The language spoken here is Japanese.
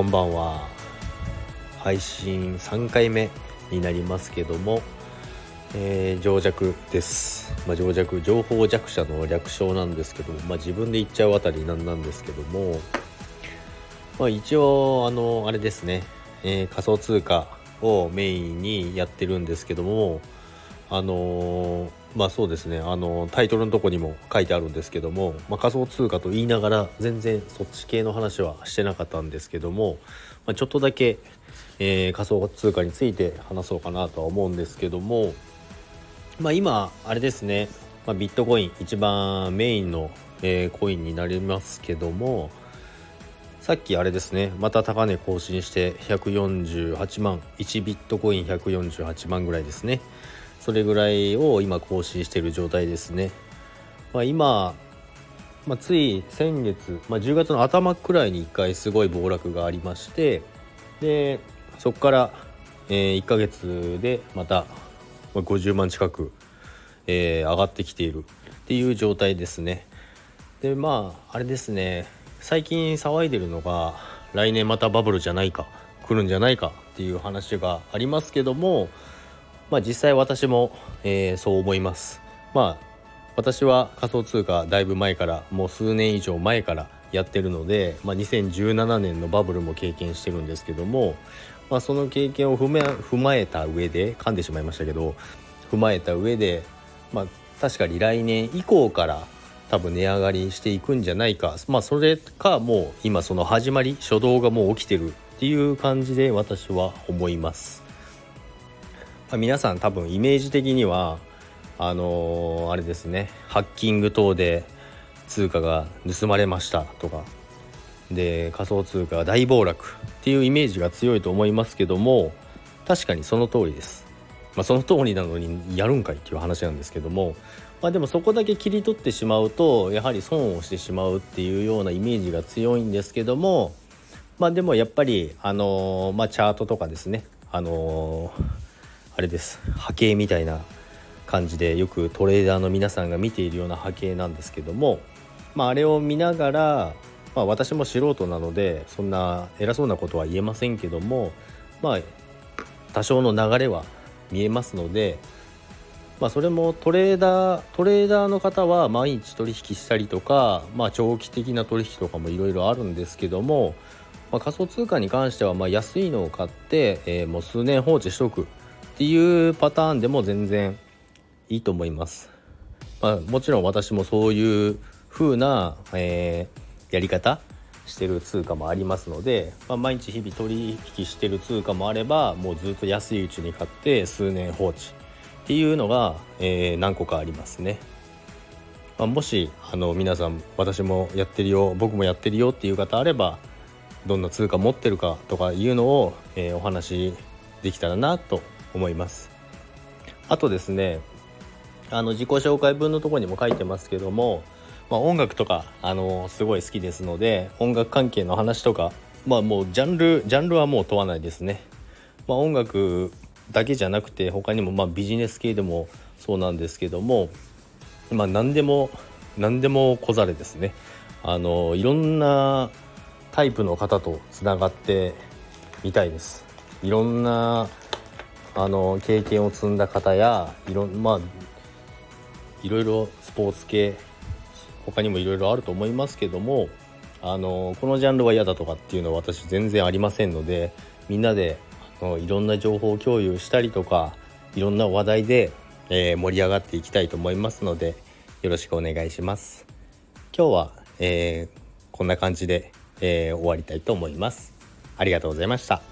こんばんは。配信3回目になりますけども、情弱です。情報弱者の略称なんですけども、自分で言っちゃうあたりなんですけども、一応あれですね、仮想通貨をメインにやってるんですけども、そうですね、タイトルのとこにも書いてあるんですけども、仮想通貨と言いながら全然そっち系の話はしてなかったんですけども、ちょっとだけ、仮想通貨について話そうかなとは思うんですけども、今あれですね、ビットコイン一番メインの、コインになりますけども、さっきあれですね、また高値更新して148万、1ビットコイン148万ぐらいですね。それぐらいを今更新している状態ですね。今、つい先月、10月の頭くらいに1回すごい暴落がありまして、でそこから、1ヶ月でまた50万近く、上がってきているっていう状態ですね。であれですね、最近騒いでるのが来年またバブルじゃないか、来るんじゃないかっていう話がありますけども、実際私も、そう思います。私は仮想通貨だいぶ前から、もう数年以上前からやってるので、2017年のバブルも経験してるんですけども、その経験を踏まえた上で、噛んでしまいましたけど、踏まえた上で、確かに来年以降から多分値上がりしていくんじゃないか、それかもう今その始まり、初動がもう起きてるっていう感じで私は思います。皆さん多分イメージ的にはあれですね、ハッキング等で通貨が盗まれましたとかで、仮想通貨が大暴落っていうイメージが強いと思いますけども、確かにその通りです。その通りなのにやるんかいっていう話なんですけども、でもそこだけ切り取ってしまうとやはり損をしてしまうっていうようなイメージが強いんですけども、でもやっぱりチャートとかですね、あれです、波形みたいな感じでよくトレーダーの皆さんが見ているような波形なんですけども、あれを見ながら、私も素人なのでそんな偉そうなことは言えませんけども、多少の流れは見えますので、それもトレーダーの方は毎日取引したりとか、長期的な取引とかもいろいろあるんですけども、仮想通貨に関しては安いのを買って、もう数年放置しとくっていうパターンでも全然いいと思います。もちろん私もそういう風な、やり方してる通貨もありますので、毎日日々取引してる通貨もあれば、もうずっと安いうちに買って数年放置っていうのが、何個かありますね。もし皆さん、私もやってるよ、僕もやってるよっていう方あれば、どんな通貨持ってるかとかいうのを、お話できたらなと思います。あとですね、自己紹介文のところにも書いてますけども、音楽とかすごい好きですので、音楽関係の話とか、もうジャンルはもう問わないですね。音楽だけじゃなくて他にもビジネス系でもそうなんですけども、何でも小ざれですね。いろんなタイプの方とつながってみたいです。いろんな経験を積んだ方や、いろいろスポーツ系、他にもいろいろあると思いますけども、このジャンルは嫌だとかっていうのは私全然ありませんので、みんなでいろんな情報共有したりとか、いろんな話題で、盛り上がっていきたいと思いますので、よろしくお願いします。今日は、こんな感じで、終わりたいと思います。ありがとうございました。